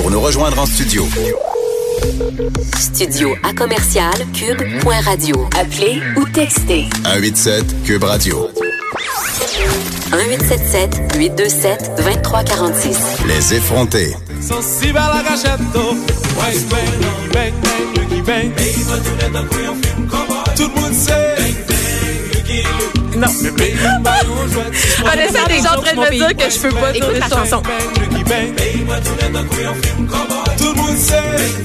pour nous rejoindre en studio. Studio à commercial cube.radio. Appelez ou textez. 187 Cube Radio. 1877-827-2346. Les effrontés. Tout le monde sait. Non, mais Vanessa est déjà en train de me dire que je peux pas écouter la chanson. Tout le monde sait.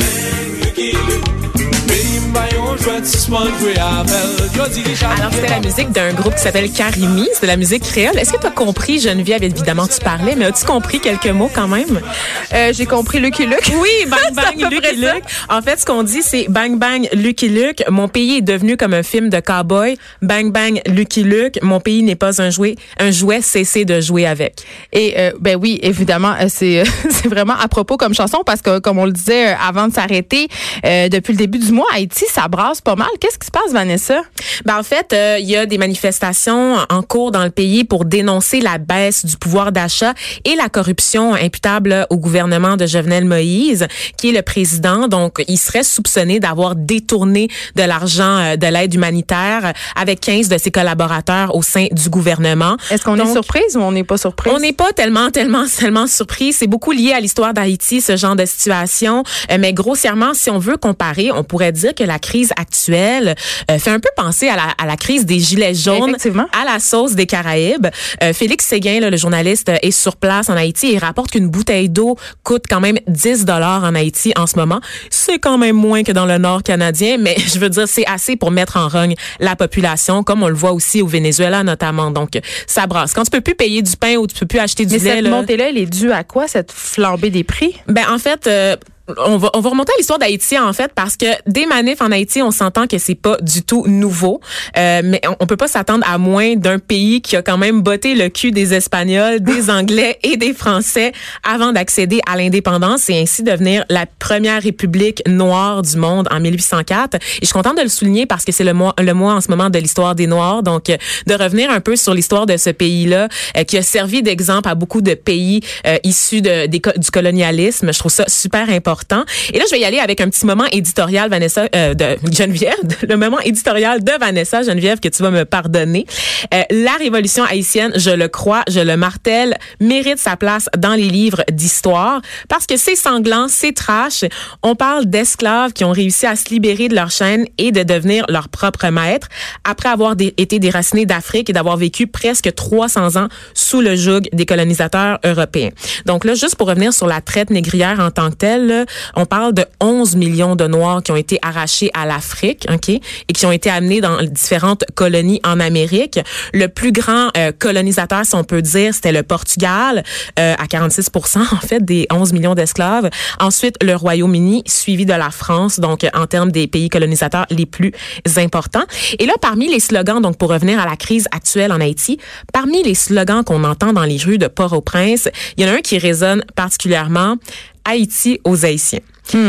Alors, c'était la musique d'un groupe qui s'appelle Karimi. C'est de la musique créole. Est-ce que tu as compris, Geneviève? Évidemment, tu parlais, mais as-tu compris quelques mots quand même? J'ai compris Lucky Luke. Oui, Bang Bang Lucky Luke. En fait, ce qu'on dit, c'est Bang Bang Lucky Luke. Mon pays est devenu comme un film de cow-boy. Bang Bang Lucky Luke. Mon pays n'est pas un jouet, cessez de jouer avec. Et ben oui, évidemment, c'est vraiment à propos comme chanson parce que, comme on le disait avant de s'arrêter, depuis le début du mois, Haïti, ça brasse pas mal. Qu'est-ce qui se passe, Vanessa? Ben en fait, il y a des manifestations en cours dans le pays pour dénoncer la baisse du pouvoir d'achat et la corruption imputable au gouvernement de Jovenel Moïse, qui est le président. Donc, il serait soupçonné d'avoir détourné de l'argent de l'aide humanitaire avec 15 de ses collaborateurs au sein du gouvernement. Est-ce qu'on est surprise ou on n'est pas surprise? On n'est pas tellement surpris. C'est beaucoup lié à l'histoire d'Haïti, ce genre de situation. Mais grossièrement, si on veut comparer, on pourrait dire que la crise actuelle fait un peu penser à la crise des Gilets jaunes, à la sauce des Caraïbes. Félix Séguin, le journaliste, est sur place en Haïti et rapporte qu'une bouteille d'eau coûte quand même 10 $ en Haïti en ce moment. C'est quand même moins que dans le Nord canadien, mais je veux dire, c'est assez pour mettre en rogne la population, comme on le voit aussi au Venezuela notamment. Donc, ça brasse. Quand tu peux plus payer du pain ou tu peux plus acheter du lait... Mais cette montée-là, elle est due à quoi, cette flambée des prix? Ben en fait... On va remonter à l'histoire d'Haïti en fait parce que des manifs en Haïti, on s'entend que c'est pas du tout nouveau, mais on peut pas s'attendre à moins d'un pays qui a quand même botté le cul des Espagnols, des Anglais et des Français avant d'accéder à l'indépendance et ainsi devenir la première république noire du monde en 1804. Et je suis contente de le souligner parce que c'est le mois en ce moment de l'histoire des Noirs, donc de revenir un peu sur l'histoire de ce pays-là qui a servi d'exemple à beaucoup de pays issus du colonialisme. Je trouve ça super important. Et là, je vais y aller avec un petit moment éditorial, Vanessa, de Geneviève, le moment éditorial de Vanessa, Geneviève, que tu vas me pardonner. La révolution haïtienne, je le crois, je le martèle, mérite sa place dans les livres d'histoire parce que c'est sanglant, c'est trash. On parle d'esclaves qui ont réussi à se libérer de leur chaîne et de devenir leur propre maître après avoir été déracinés d'Afrique et d'avoir vécu presque 300 ans sous le joug des colonisateurs européens. Donc là, juste pour revenir sur la traite négrière en tant que telle, là, on parle de 11 millions de Noirs qui ont été arrachés à l'Afrique, ok, et qui ont été amenés dans différentes colonies en Amérique. Le plus grand colonisateur, si on peut dire, c'était le Portugal, à 46% en fait des 11 millions d'esclaves. Ensuite, le Royaume-Uni, suivi de la France, donc en termes des pays colonisateurs les plus importants. Et là, parmi les slogans, donc pour revenir à la crise actuelle en Haïti, parmi les slogans qu'on entend dans les rues de Port-au-Prince, il y en a un qui résonne particulièrement: Haïti aux Haïtiens.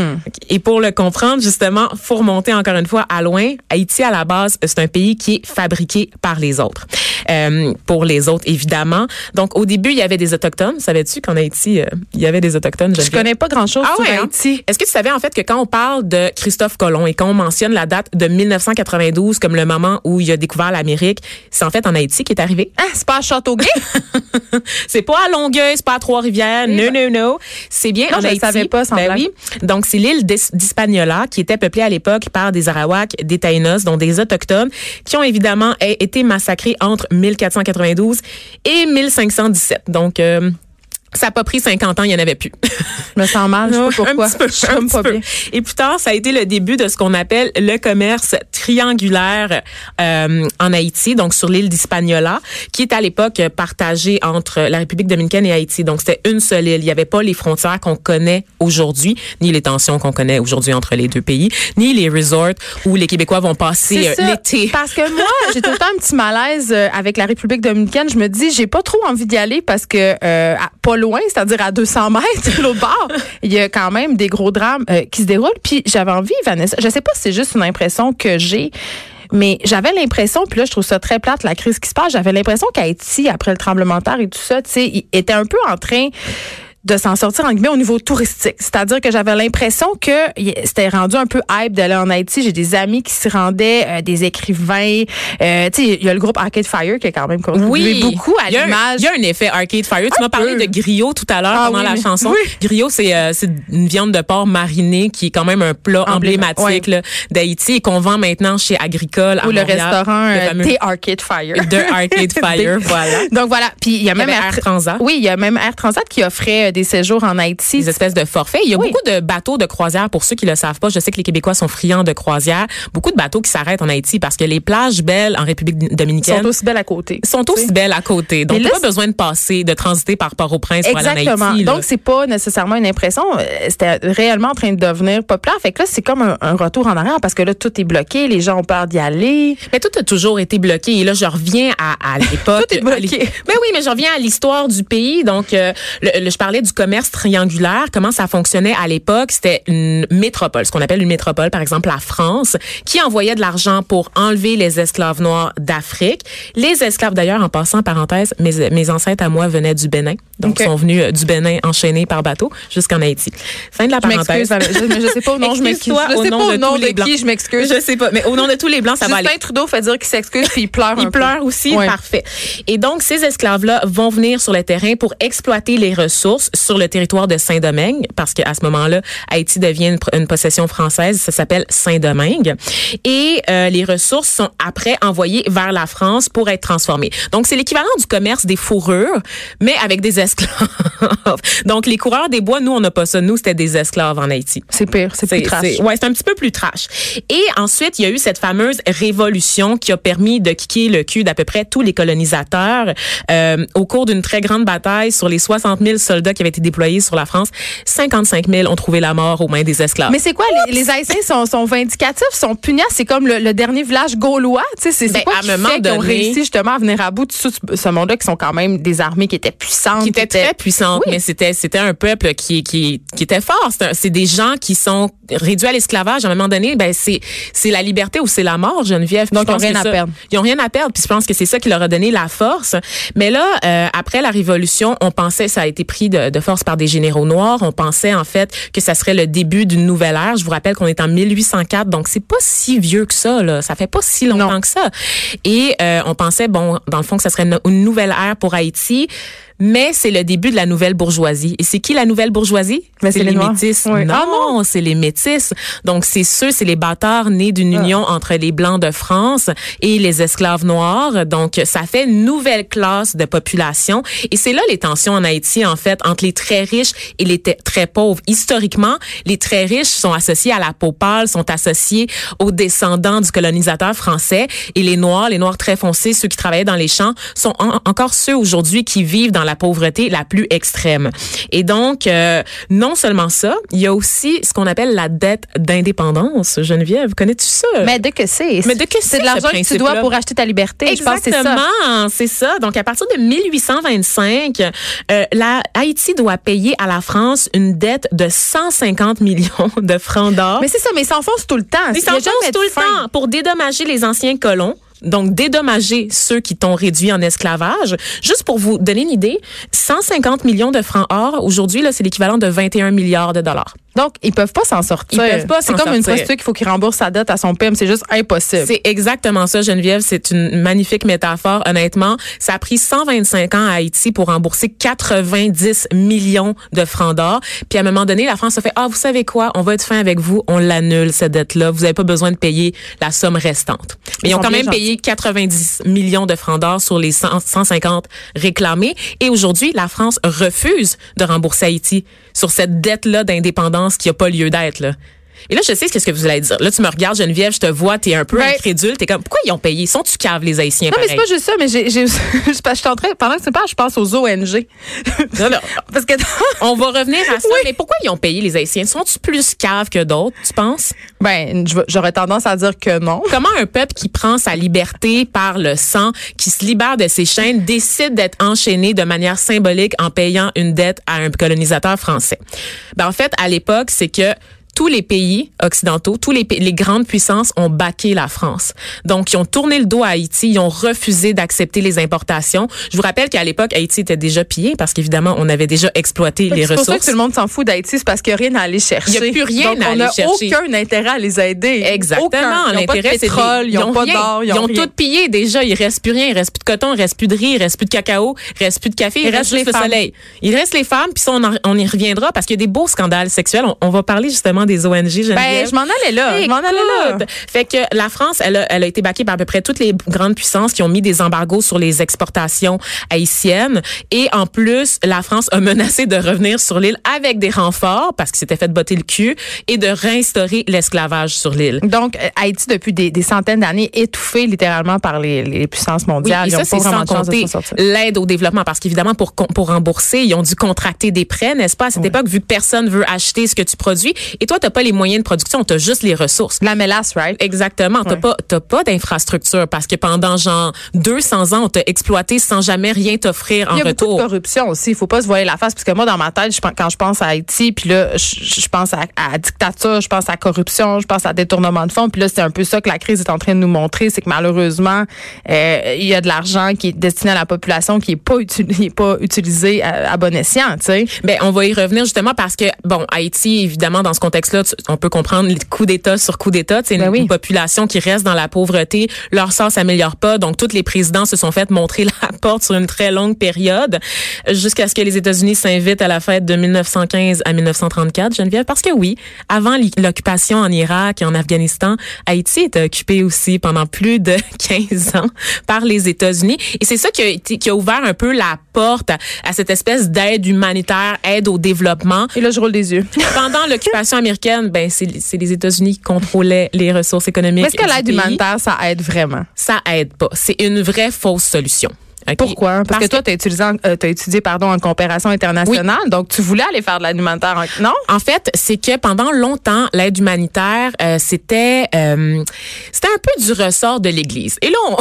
Et pour le comprendre, justement, faut remonter encore une fois à loin. Haïti, à la base, c'est un pays qui est fabriqué par les autres. Pour les autres, évidemment. Donc, au début, il y avait des Autochtones. Savais-tu qu'en Haïti, il y avait des Autochtones? Je connais pas grand-chose sur Haïti. Hein? Est-ce que tu savais, en fait, que quand on parle de Christophe Colomb et quand on mentionne la date de 1992 comme le moment où il a découvert l'Amérique, c'est en fait en Haïti qu'il est arrivé. Ah, c'est pas à Châteauguay? C'est pas à Longueuil, c'est pas à Trois-Rivières. Non. C'est bien en Haïti. Je savais pas, sans blague. Oui. Donc, c'est l'île d'Hispaniola qui était peuplée à l'époque par des Arawaks, des Taïnos, donc des Autochtones, qui ont évidemment été massacrés entre 1492 et 1517. Donc, ça n'a pas pris 50 ans, il n'y en avait plus. Je me sens mal, je sais pas pourquoi. Un petit peu. Et plus tard, ça a été le début de ce qu'on appelle le commerce triangulaire en Haïti, donc sur l'île d'Hispaniola, qui est à l'époque partagée entre la République dominicaine et Haïti. Donc, c'était une seule île. Il n'y avait pas les frontières qu'on connaît aujourd'hui, ni les tensions qu'on connaît aujourd'hui entre les deux pays, ni les resorts où les Québécois vont passer l'été. Parce que moi, j'ai tout le temps un petit malaise avec la République dominicaine. Je me dis, j'ai pas trop envie d'y aller parce que pas loin, c'est-à-dire à 200 mètres, l'autre bord, il y a quand même des gros drames qui se déroulent. Puis j'avais envie, Vanessa, je sais pas si c'est juste une impression que j'ai, mais j'avais l'impression, puis là, je trouve ça très plate, la crise qui se passe, j'avais l'impression qu'Haïti, après le tremblement de terre et tout ça, tu sais, il était un peu en train de s'en sortir en guillemets au niveau touristique. C'est-à-dire que j'avais l'impression que c'était rendu un peu hype d'aller en Haïti. J'ai des amis qui s'y rendaient, des écrivains. Tu sais, il y a le groupe Arcade Fire qui a quand même contribué beaucoup à l'image. Il y a un effet Arcade Fire. Tu m'as parlé de griot tout à l'heure pendant la chanson. Oui. Griot, c'est une viande de porc marinée qui est quand même un plat emblématique là, d'Haïti et qu'on vend maintenant chez Agricole à Montréal. Ou le restaurant The Arcade Fire. The Arcade Fire, voilà. Donc voilà. Puis il y a même Air Transat. Oui, il y a même Air Transat qui offrait des séjours en Haïti. Des espèces de forfaits. Il y a beaucoup de bateaux de croisière, pour ceux qui le savent pas. Je sais que les Québécois sont friands de croisière. Beaucoup de bateaux qui s'arrêtent en Haïti parce que les plages belles en République dominicaine sont aussi belles à côté. Donc, pas besoin de passer, de transiter par Port-au-Prince pour aller en Haïti. Exactement. Donc, c'est pas nécessairement une impression. C'était réellement en train de devenir populaire. Fait que là, c'est comme un retour en arrière parce que là, tout est bloqué. Les gens ont peur d'y aller. Mais tout a toujours été bloqué. Et là, je reviens à l'époque. Tout est bloqué. Mais oui, mais je reviens à l'histoire du pays. Donc, je parlais du commerce triangulaire. Comment ça fonctionnait à l'époque? C'était une métropole, ce qu'on appelle une métropole, par exemple la France, qui envoyait de l'argent pour enlever les esclaves noirs d'Afrique. Les esclaves, d'ailleurs, en passant, parenthèse, mes ancêtres à moi venaient du Bénin. Donc, sont venus du Bénin enchaînés par bateau jusqu'en Haïti. Fin de la parenthèse. Je sais pas au nom, je m'excuse. Je sais pas au nom de qui je m'excuse. Je sais pas, mais au nom de tous les Blancs, ça va aller. Justin Trudeau fait dire qu'il s'excuse puis il pleure Il pleure aussi, parfait. Et donc, ces esclaves-là vont venir sur le terrain pour exploiter les ressources sur le territoire de Saint-Domingue, parce qu'à ce moment-là, Haïti devient une possession française, ça s'appelle Saint-Domingue. Et les ressources sont après envoyées vers la France pour être transformées. Donc, c'est l'équivalent du commerce des fourrures, mais avec des esclaves. Donc, les coureurs des bois, nous, on n'a pas ça. Nous, c'était des esclaves en Haïti. C'est pire, c'est plus trash. C'est un petit peu plus trash. Et ensuite, il y a eu cette fameuse révolution qui a permis de kicker le cul d'à peu près tous les colonisateurs au cours d'une très grande bataille. Sur les 60 000 soldats qui avaient été déployés sur la France, 55 000 ont trouvé la mort aux mains des esclaves. Mais c'est quoi? Les Haïtiens sont vindicatifs, sont pugnaces. C'est comme le dernier village gaulois. C'est quoi qui fait qu'ils ont réussi justement à venir à bout de tout ce monde-là, qui sont quand même des armées qui étaient puissantes. Qui étaient très puissantes, oui. Mais c'était un peuple qui était fort. C'est des gens qui sont réduits à l'esclavage. À un moment donné, c'est la liberté ou c'est la mort, Geneviève. Donc, ils n'ont rien à perdre. Ils n'ont rien à perdre. Puis je pense que c'est ça qui leur a donné la force. Mais là, après la Révolution, on pensait, ça a été pris de force par des généraux noirs. On pensait en fait que ça serait le début d'une nouvelle ère. Je vous rappelle qu'on est en 1804, donc c'est pas si vieux que ça. Là. Ça fait pas si longtemps que ça. Et on pensait, dans le fond, que ça serait une nouvelle ère pour Haïti. Mais c'est le début de la nouvelle bourgeoisie. Et c'est qui la nouvelle bourgeoisie? Mais c'est les métis. Oui. Non, c'est les métis. Donc, c'est les bâtards nés d'une union entre les Blancs de France et les esclaves noirs. Donc, ça fait une nouvelle classe de population. Et c'est là les tensions en Haïti, en fait, entre les très riches et les très pauvres. Historiquement, les très riches sont associés à la peau pâle, sont associés aux descendants du colonisateur français. Et les noirs très foncés, ceux qui travaillaient dans les champs, sont encore ceux aujourd'hui qui vivent dans la pauvreté la plus extrême. Et donc, non seulement ça, il y a aussi ce qu'on appelle la dette d'indépendance. Geneviève, connais-tu ça? Mais de que c'est? C'est de l'argent que tu dois pour acheter ta liberté. Exactement, c'est ça. Donc, à partir de 1825, Haïti doit payer à la France une dette de 150 millions de francs d'or. Mais c'est ça, mais ils s'enfoncent tout le temps. Ils s'enfoncent tout le temps pour dédommager les anciens colons. Donc, dédommager ceux qui t'ont réduit en esclavage. Juste pour vous donner une idée, 150 millions de francs or, aujourd'hui, là, c'est l'équivalent de 21 milliards de dollars. Donc, ils peuvent pas s'en sortir. Ils peuvent pas s'en sortir. C'est comme une prostituée qu'il faut qu'il rembourse sa dette à son père, c'est juste impossible. C'est exactement ça, Geneviève. C'est une magnifique métaphore. Honnêtement, ça a pris 125 ans à Haïti pour rembourser 90 millions de francs d'or. Puis à un moment donné, la France a fait, vous savez quoi? On va être fin avec vous. On l'annule, cette dette-là. Vous n'avez pas besoin de payer la somme restante. Mais ils ont quand même payé 90 millions de francs d'or sur les 150 réclamés. Et aujourd'hui, la France refuse de rembourser Haïti sur cette dette-là d'indépendance qui n'a pas lieu d'être, là. Et là, je sais ce que vous allez dire. Là, tu me regardes, Geneviève, je te vois, t'es un peu incrédule. T'es comme, pourquoi ils ont payé? Sont-tu caves, les Haïtiens? Non, mais c'est pas juste ça, mais je suis en train, pendant que tu parles, je pense aux ONG. Non. Parce que on va revenir à ça. Oui. Mais pourquoi ils ont payé, les Haïtiens? Sont-tu plus caves que d'autres, tu penses? J'aurais tendance à dire que non. Comment un peuple qui prend sa liberté par le sang, qui se libère de ses chaînes, décide d'être enchaîné de manière symbolique en payant une dette à un colonisateur français? En fait, à l'époque, c'est que tous les pays occidentaux, les grandes puissances ont backé la France. Donc, ils ont tourné le dos à Haïti, ils ont refusé d'accepter les importations. Je vous rappelle qu'à l'époque, Haïti était déjà pillé parce qu'évidemment, on avait déjà exploité les ressources. C'est pour ça que tout le monde s'en fout d'Haïti, c'est parce qu'il n'y a rien à aller chercher. Il n'y a plus rien à aller chercher. On n'a aucun intérêt à les aider. Exactement. L'intérêt, c'est ils n'ont pas d'or, ils ont tout pillé déjà. Il reste plus rien. Il reste plus de coton, il reste plus de riz, il reste plus de cacao, il reste plus de café, il reste juste le soleil. Il reste les femmes, puis ça, on y reviendra parce qu'il y a des beaux scandales sexuels. On va parler justement des ONG, Geneviève. Ben, je m'en allais là. Fait que la France, elle a été backée par à peu près toutes les grandes puissances qui ont mis des embargos sur les exportations haïtiennes. Et en plus, la France a menacé de revenir sur l'île avec des renforts parce qu'il s'était fait botter le cul et de réinstaurer l'esclavage sur l'île. Donc, Haïti, depuis des centaines d'années, étouffé littéralement par les puissances mondiales. Oui, et ça, c'est sans compter l'aide au développement parce qu'évidemment, pour rembourser, ils ont dû contracter des prêts, n'est-ce pas? À cette époque, vu que personne veut acheter ce que tu produis et toi, t'as pas les moyens de production, t'as juste les ressources. La mélasse, right? Exactement. T'as pas d'infrastructure parce que pendant genre 200 ans, on t'a exploité sans jamais rien t'offrir en retour. Il y a beaucoup de corruption aussi. Il faut pas se voiler la face parce que moi, dans ma tête, quand je pense à Haïti, puis là, je pense à dictature, je pense à corruption, je pense à détournement de fonds. Puis là, c'est un peu ça que la crise est en train de nous montrer, c'est que malheureusement, il y a de l'argent qui est destiné à la population qui est pas utilisé à bon escient, tu sais. Ben, on va y revenir justement parce que, bon, Haïti, évidemment, dans ce contexte-là, on peut comprendre les coups d'État sur coups d'État. C'est une population qui reste dans la pauvreté. Leur sort s'améliore pas. Donc, tous les présidents se sont fait montrer la porte sur une très longue période jusqu'à ce que les États-Unis s'invitent à la fête de 1915 à 1934, Geneviève. Parce que oui, avant l'occupation en Irak et en Afghanistan, Haïti était occupé aussi pendant plus de 15 ans par les États-Unis. Et c'est ça qui a ouvert un peu la porte à cette espèce d'aide humanitaire, aide au développement. Et là, je roule des yeux. Pendant l'occupation américaine, ben c'est les États-Unis qui contrôlaient les ressources économiques. Mais est-ce que l'aide humanitaire, ça aide vraiment? Ça aide pas. C'est une vraie fausse solution. Okay. Pourquoi? Parce que toi, tu as étudié en coopération internationale, oui. Donc tu voulais aller faire de l'aide humanitaire, non? En fait, c'est que pendant longtemps, l'aide humanitaire, c'était un peu du ressort de l'Église. Et là,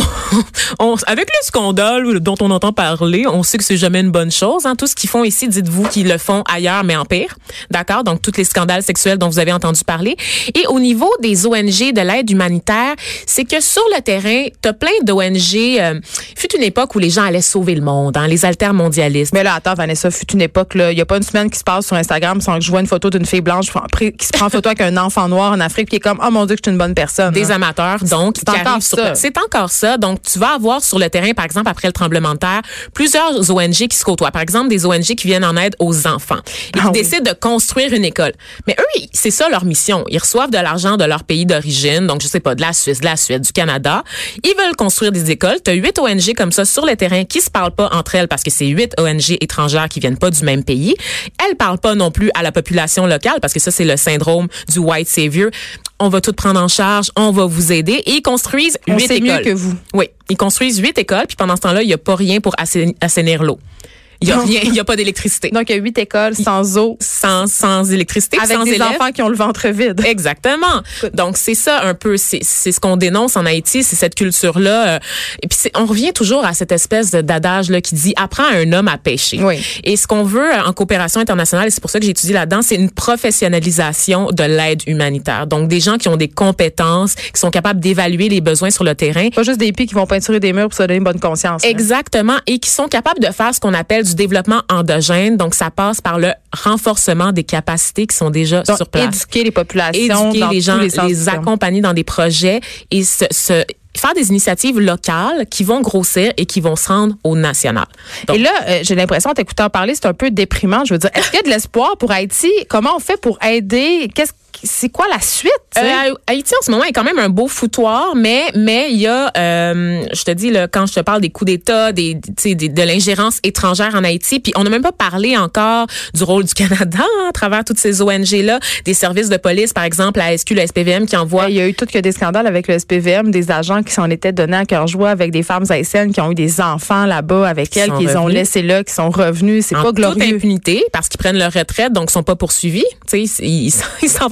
avec les scandales dont on entend parler, on sait que c'est jamais une bonne chose. Hein. Tout ce qu'ils font ici, dites-vous qu'ils le font ailleurs, mais en pire. D'accord? Donc, tous les scandales sexuels dont vous avez entendu parler. Et au niveau des ONG, de l'aide humanitaire, c'est que sur le terrain, t'as plein d'ONG. Fut une époque où les gens allaient sauver le monde, hein, les altermondialistes. Mais là, attends, Vanessa, fut une époque, là, il n'y a pas une semaine qui se passe sur Instagram sans que je vois une photo d'une fille blanche qui se prend en photo avec un enfant noir en Afrique qui est comme, oh mon Dieu, que je suis une bonne personne. Des amateurs, donc, qui arrivent sur... C'est encore ça. Donc, tu vas avoir sur le terrain, par exemple, après le tremblement de terre, plusieurs ONG qui se côtoient. Par exemple, des ONG qui viennent en aide aux enfants et qui décident de construire une école. Mais eux, c'est ça leur mission. Ils reçoivent de l'argent de leur pays d'origine, donc, je sais pas, de la Suisse, de la Suède, du Canada. Ils veulent construire des écoles. Tu as 8 ONG comme ça sur le terrain qui se parlent pas entre elles parce que c'est 8 ONG étrangères qui viennent pas du même pays. Elles parlent pas non plus à la population locale parce que ça, c'est le syndrome du white savior. On va tout prendre en charge, on va vous aider. Et ils construisent 8 écoles. Mieux que vous. Oui, ils construisent 8 écoles, puis pendant ce temps-là, il y a pas rien pour assainir l'eau. Il y a rien, il y a pas d'électricité. Donc il y a 8 écoles sans eau, sans électricité, avec sans des élèves. enfants qui ont le ventre vide. Exactement. Donc c'est ça un peu, c'est ce qu'on dénonce en Haïti, c'est cette culture-là. Et puis on revient toujours à cette espèce d'adage là qui dit apprends à un homme à pêcher. Oui. Et ce qu'on veut en coopération internationale, et c'est pour ça que j'ai étudié là-dedans, c'est une professionnalisation de l'aide humanitaire. Donc des gens qui ont des compétences, qui sont capables d'évaluer les besoins sur le terrain. Pas juste des hippies qui vont peinturer des murs pour se donner une bonne conscience. Exactement. Hein? Et qui sont capables de faire ce qu'on appelle du développement endogène. Donc, ça passe par le renforcement des capacités qui sont déjà sur place. Éduquer les populations. Éduquer les gens, les accompagner dans des projets et faire des initiatives locales qui vont grossir et qui vont se rendre au national. Donc, et là, j'ai l'impression, t'écoutant parler, c'est un peu déprimant. Je veux dire, est-ce qu'il y a de l'espoir pour Haïti? Comment on fait pour aider? C'est quoi la suite? Haïti, en ce moment, est quand même un beau foutoir, mais il y a, je te dis, là, quand je te parle des coups d'État, de l'ingérence étrangère en Haïti, puis on n'a même pas parlé encore du rôle du Canada à travers toutes ces ONG-là, des services de police, par exemple, la SQ, le SPVM qui envoie... Il y a eu tout que des scandales avec le SPVM, des agents qui s'en étaient donnés à cœur joie avec des femmes haïtiennes qui ont eu des enfants là-bas avec elles, qui les ont laissés là, qui sont revenus. C'est pas glorieux. En toute impunité, parce qu'ils prennent leur retraite, donc ils sont pas poursuivis. Tu sais, ils s'en vont,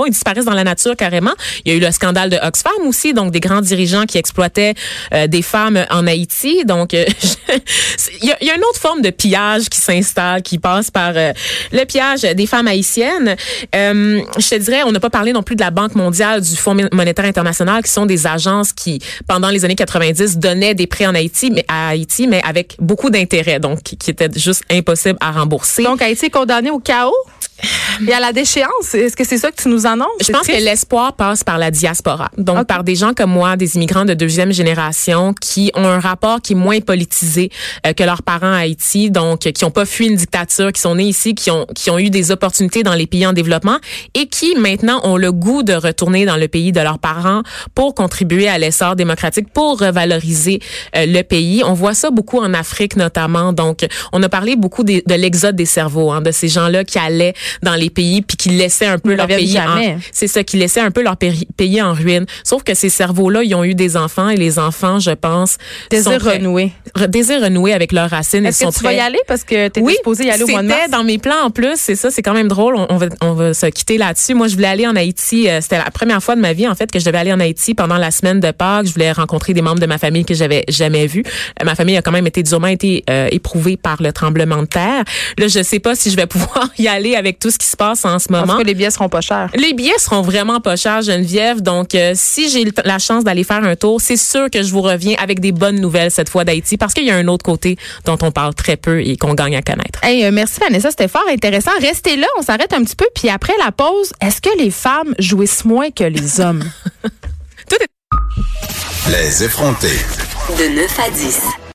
ils disparaissent dans la nature carrément. Il y a eu le scandale de Oxfam aussi, donc des grands dirigeants qui exploitaient des femmes en Haïti. Donc, il y a une autre forme de pillage qui s'installe, qui passe par le pillage des femmes haïtiennes. Je te dirais, on n'a pas parlé non plus de la Banque mondiale, du Fonds monétaire international, qui sont des agences qui, pendant les années 90, donnaient des prêts en Haïti, mais avec beaucoup d'intérêt, donc qui étaient juste impossibles à rembourser. Donc, Haïti est condamné au chaos? Et à la déchéance, est-ce que c'est ça que tu nous annonces? Je pense que l'espoir passe par la diaspora. Donc, par des gens comme moi, des immigrants de deuxième génération qui ont un rapport qui est moins politisé que leurs parents à Haïti, donc qui n'ont pas fui une dictature, qui sont nés ici, qui ont eu des opportunités dans les pays en développement et qui maintenant ont le goût de retourner dans le pays de leurs parents pour contribuer à l'essor démocratique, pour revaloriser le pays. On voit ça beaucoup en Afrique notamment. Donc, on a parlé beaucoup de l'exode des cerveaux, de ces gens-là qui allaient dans les pays puis qui laissaient un peu leur pays c'est ça, qui laissaient un peu leur pays en ruine. Sauf que ces cerveaux-là, ils ont eu des enfants et les enfants, je pense, désirent renouer avec leurs racines. Est-ce que tu vas y aller parce que tu étais supposée y aller au mois de mars? C'était dans mes plans en plus, c'est ça, c'est quand même drôle. On va se quitter là-dessus. Moi, je voulais aller en Haïti, c'était la première fois de ma vie en fait que je devais aller en Haïti pendant la semaine de Pâques. Je voulais rencontrer des membres de ma famille que j'avais jamais vus. Ma famille a quand même été durement éprouvée par le tremblement de terre. Là, je sais pas si je vais pouvoir y aller avec tout ce qui se passe en ce moment. En tout cas, les billets seront pas chers. Les billets seront vraiment pas chers, Geneviève. Donc, si j'ai la chance d'aller faire un tour, c'est sûr que je vous reviens avec des bonnes nouvelles cette fois d'Haïti parce qu'il y a un autre côté dont on parle très peu et qu'on gagne à connaître. Hey, merci Vanessa, c'était fort intéressant. Restez là, on s'arrête un petit peu. Puis après la pause, est-ce que les femmes jouissent moins que les hommes? Les effrontés. De 9 à 10.